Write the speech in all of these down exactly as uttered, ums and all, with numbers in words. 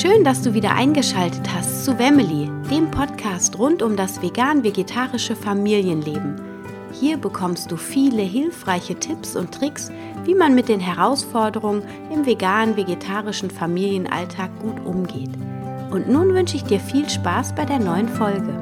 Schön, dass du wieder eingeschaltet hast zu Family, dem Podcast rund um das vegan-vegetarische Familienleben. Hier bekommst du viele hilfreiche Tipps und Tricks, wie man mit den Herausforderungen im vegan-vegetarischen Familienalltag gut umgeht. Und nun wünsche ich dir viel Spaß bei der neuen Folge.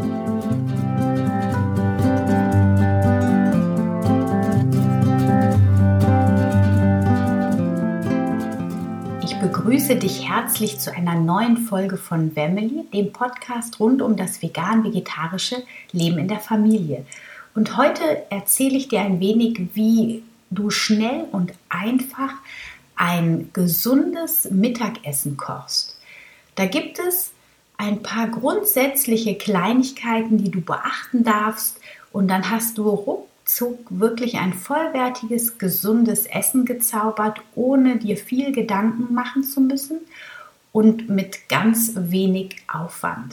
Ich begrüße dich herzlich zu einer neuen Folge von Family, dem Podcast rund um das vegan-vegetarische Leben in der Familie. Und heute erzähle ich dir ein wenig, wie du schnell und einfach ein gesundes Mittagessen kochst. Da gibt es ein paar grundsätzliche Kleinigkeiten, die du beachten darfst, und dann hast du ruckzuck wirklich ein vollwertiges, gesundes Essen gezaubert, ohne dir viel Gedanken machen zu müssen und mit ganz wenig Aufwand.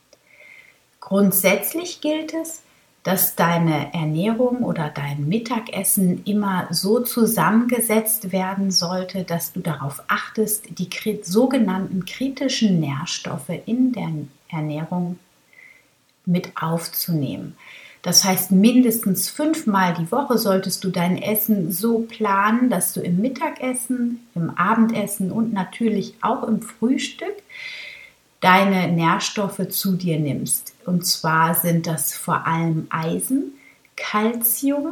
Grundsätzlich gilt es, dass deine Ernährung oder dein Mittagessen immer so zusammengesetzt werden sollte, dass du darauf achtest, die sogenannten kritischen Nährstoffe in der Ernährung mit aufzunehmen. Das heißt, mindestens fünfmal die Woche solltest du dein Essen so planen, dass du im Mittagessen, im Abendessen und natürlich auch im Frühstück deine Nährstoffe zu dir nimmst. Und zwar sind das vor allem Eisen, Calcium,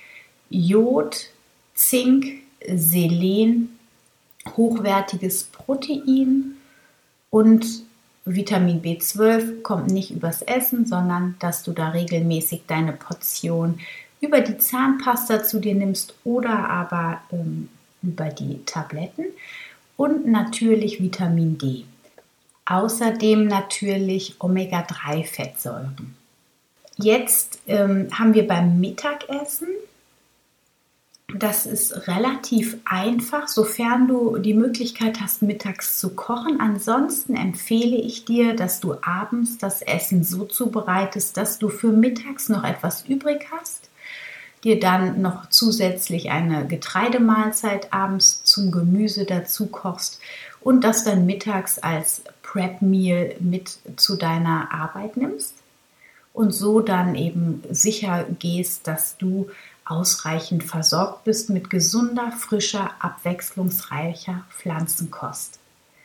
Jod, Zink, Selen, hochwertiges Protein und Vitamin B zwölf kommt nicht übers Essen, sondern dass du da regelmäßig deine Portion über die Zahnpasta zu dir nimmst oder aber ähm, über die Tabletten, und natürlich Vitamin D. Außerdem natürlich Omega drei Fettsäuren. Jetzt ähm, haben wir beim Mittagessen, das ist relativ einfach, sofern du die Möglichkeit hast, mittags zu kochen. Ansonsten empfehle ich dir, dass du abends das Essen so zubereitest, dass du für mittags noch etwas übrig hast, dir dann noch zusätzlich eine Getreidemahlzeit abends zum Gemüse dazu kochst und das dann mittags als Prep-Meal mit zu deiner Arbeit nimmst und so dann eben sicher gehst, dass du ausreichend versorgt bist mit gesunder, frischer, abwechslungsreicher Pflanzenkost.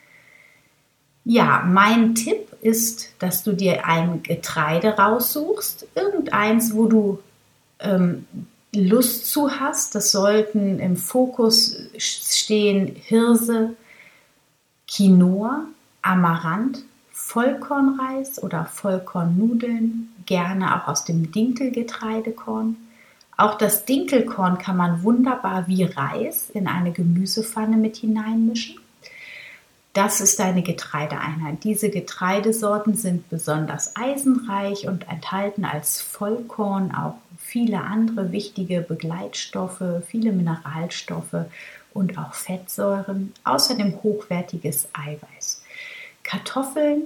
Ja, mein Tipp ist, dass du dir ein Getreide raussuchst, irgendeins, wo du ähm, Lust zu hast. Das sollten im Fokus stehen Hirse, Quinoa, Amaranth, Vollkornreis oder Vollkornnudeln, gerne auch aus dem Dinkelgetreidekorn. Auch das Dinkelkorn kann man wunderbar wie Reis in eine Gemüsepfanne mit hineinmischen. Das ist eine Getreideeinheit. Diese Getreidesorten sind besonders eisenreich und enthalten als Vollkorn auch viele andere wichtige Begleitstoffe, viele Mineralstoffe und auch Fettsäuren, außerdem hochwertiges Eiweiß. Kartoffeln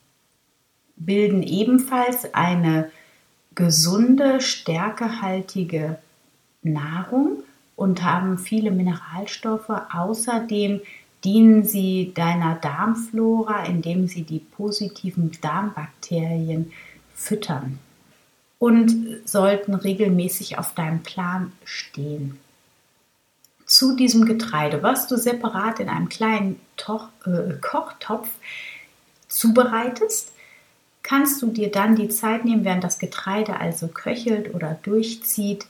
bilden ebenfalls eine gesunde, stärkehaltige Nahrung und haben viele Mineralstoffe. Außerdem dienen sie deiner Darmflora, indem sie die positiven Darmbakterien füttern und sollten regelmäßig auf deinem Plan stehen. Zu diesem Getreide, was du separat in einem kleinen Toch, äh, Kochtopf zubereitest, kannst du dir dann die Zeit nehmen, während das Getreide also köchelt oder durchzieht,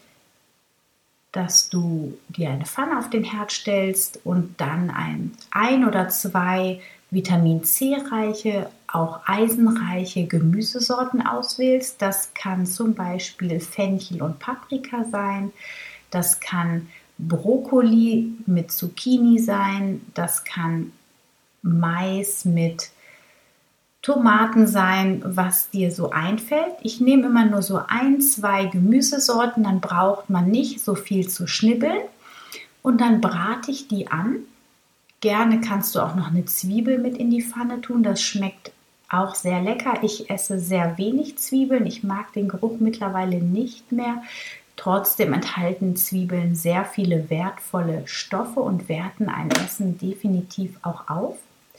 dass du dir eine Pfanne auf den Herd stellst und dann ein, ein oder zwei Vitamin C-reiche, auch eisenreiche Gemüsesorten auswählst. Das kann zum Beispiel Fenchel und Paprika sein, das kann Brokkoli mit Zucchini sein, das kann Mais mit Tomaten sein, was dir so einfällt. Ich nehme immer nur so ein, zwei Gemüsesorten, dann braucht man nicht so viel zu schnibbeln und dann brate ich die an. Gerne kannst du auch noch eine Zwiebel mit in die Pfanne tun, das schmeckt auch sehr lecker. Ich esse sehr wenig Zwiebeln, ich mag den Geruch mittlerweile nicht mehr. Trotzdem enthalten Zwiebeln sehr viele wertvolle Stoffe und werten ein Essen definitiv auch auf.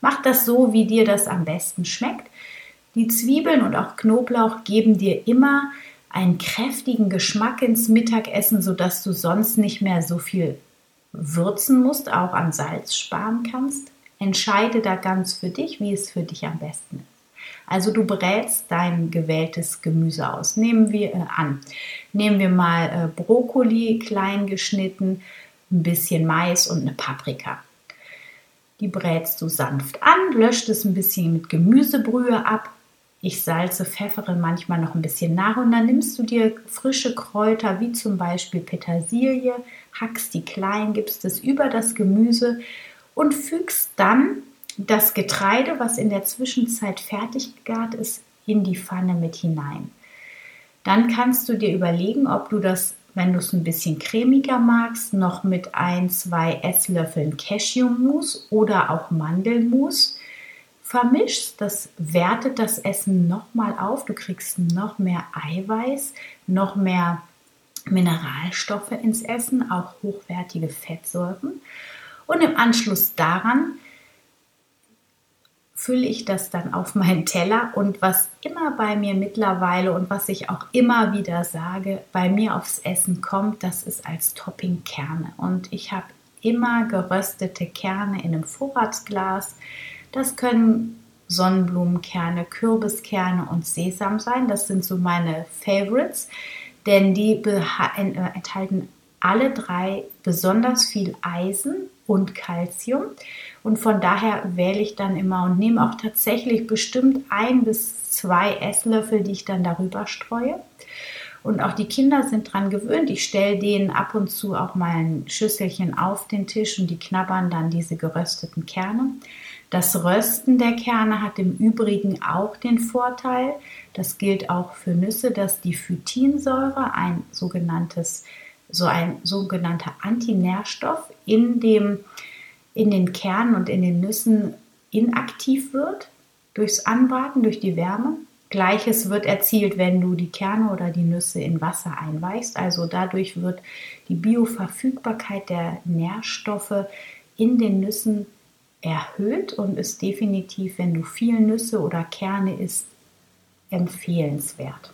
Mach das so, wie dir das am besten schmeckt. Die Zwiebeln und auch Knoblauch geben dir immer einen kräftigen Geschmack ins Mittagessen, sodass du sonst nicht mehr so viel würzen musst, auch an Salz sparen kannst. Entscheide da ganz für dich, wie es für dich am besten ist. Also du brätst dein gewähltes Gemüse aus. Nehmen wir äh, an. Nehmen wir mal äh, Brokkoli klein geschnitten, ein bisschen Mais und eine Paprika. Die brätst du sanft an, löscht es ein bisschen mit Gemüsebrühe ab. Ich salze, pfeffere manchmal noch ein bisschen nach und dann nimmst du dir frische Kräuter wie zum Beispiel Petersilie, hackst die klein, gibst es über das Gemüse und fügst dann das Getreide, was in der Zwischenzeit fertig gegart ist, in die Pfanne mit hinein. Dann kannst du dir überlegen, ob du das, wenn du es ein bisschen cremiger magst, noch mit ein, zwei Esslöffeln Cashewmus oder auch Mandelmus vermischst. Das wertet das Essen nochmal auf. Du kriegst noch mehr Eiweiß, noch mehr Mineralstoffe ins Essen, auch hochwertige Fettsäuren. Und im Anschluss daran fülle ich das dann auf meinen Teller und was immer bei mir mittlerweile und was ich auch immer wieder sage, bei mir aufs Essen kommt, das ist als Topping Kerne. Und ich habe immer geröstete Kerne in einem Vorratsglas. Das können Sonnenblumenkerne, Kürbiskerne und Sesam sein. Das sind so meine Favorites, denn die enthalten alle drei besonders viel Eisen und Calcium. Und von daher wähle ich dann immer und nehme auch tatsächlich bestimmt ein bis zwei Esslöffel, die ich dann darüber streue. Und auch die Kinder sind dran gewöhnt. Ich stelle denen ab und zu auch mal ein Schüsselchen auf den Tisch und die knabbern dann diese gerösteten Kerne. Das Rösten der Kerne hat im Übrigen auch den Vorteil, das gilt auch für Nüsse, dass die Phytinsäure, ein sogenanntes, so ein sogenannter Antinährstoff, in dem in den Kernen und in den Nüssen inaktiv wird durchs Anbraten, durch die Wärme. Gleiches wird erzielt, wenn du die Kerne oder die Nüsse in Wasser einweichst. Also dadurch wird die Bioverfügbarkeit der Nährstoffe in den Nüssen erhöht und ist definitiv, wenn du viel Nüsse oder Kerne isst, empfehlenswert.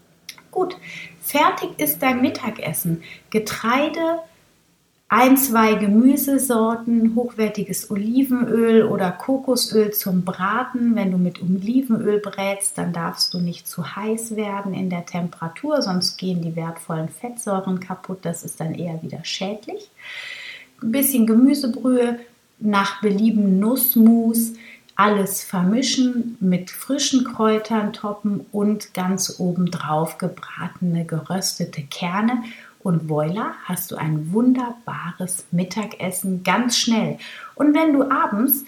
Gut, fertig ist dein Mittagessen. Getreide, ein, zwei Gemüsesorten, hochwertiges Olivenöl oder Kokosöl zum Braten. Wenn du mit Olivenöl brätst, dann darfst du nicht zu heiß werden in der Temperatur, sonst gehen die wertvollen Fettsäuren kaputt. Das ist dann eher wieder schädlich. Ein bisschen Gemüsebrühe, nach Belieben Nussmus, alles vermischen, mit frischen Kräutern toppen und ganz obendrauf gebratene, geröstete Kerne. Und voila, hast du ein wunderbares Mittagessen, ganz schnell. Und wenn du abends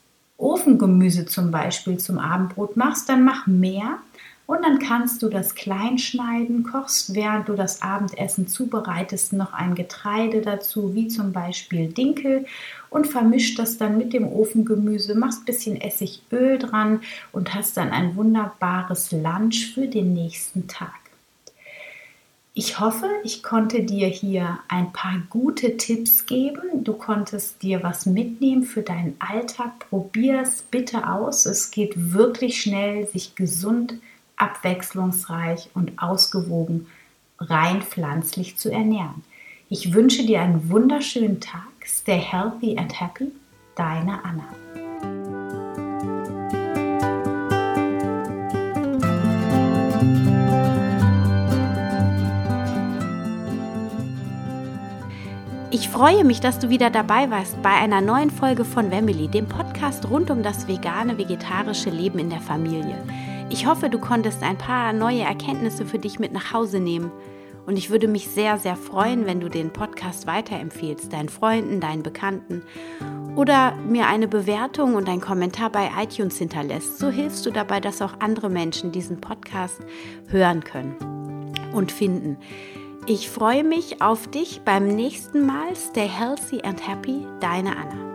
Ofengemüse zum Beispiel zum Abendbrot machst, dann mach mehr und dann kannst du das klein schneiden, kochst, während du das Abendessen zubereitest, noch ein Getreide dazu, wie zum Beispiel Dinkel und vermischt das dann mit dem Ofengemüse, machst ein bisschen Essigöl dran und hast dann ein wunderbares Lunch für den nächsten Tag. Ich hoffe, ich konnte dir hier ein paar gute Tipps geben. Du konntest dir was mitnehmen für deinen Alltag. Probier es bitte aus. Es geht wirklich schnell, sich gesund, abwechslungsreich und ausgewogen rein pflanzlich zu ernähren. Ich wünsche dir einen wunderschönen Tag. Stay healthy and happy. Deine Anna. Ich freue mich, dass du wieder dabei warst bei einer neuen Folge von Wemmeli, dem Podcast rund um das vegane, vegetarische Leben in der Familie. Ich hoffe, du konntest ein paar neue Erkenntnisse für dich mit nach Hause nehmen. Und ich würde mich sehr, sehr freuen, wenn du den Podcast weiterempfehlst, deinen Freunden, deinen Bekannten oder mir eine Bewertung und einen Kommentar bei iTunes hinterlässt. So hilfst du dabei, dass auch andere Menschen diesen Podcast hören können und finden. Ich freue mich auf dich beim nächsten Mal. Stay healthy and happy, deine Anna.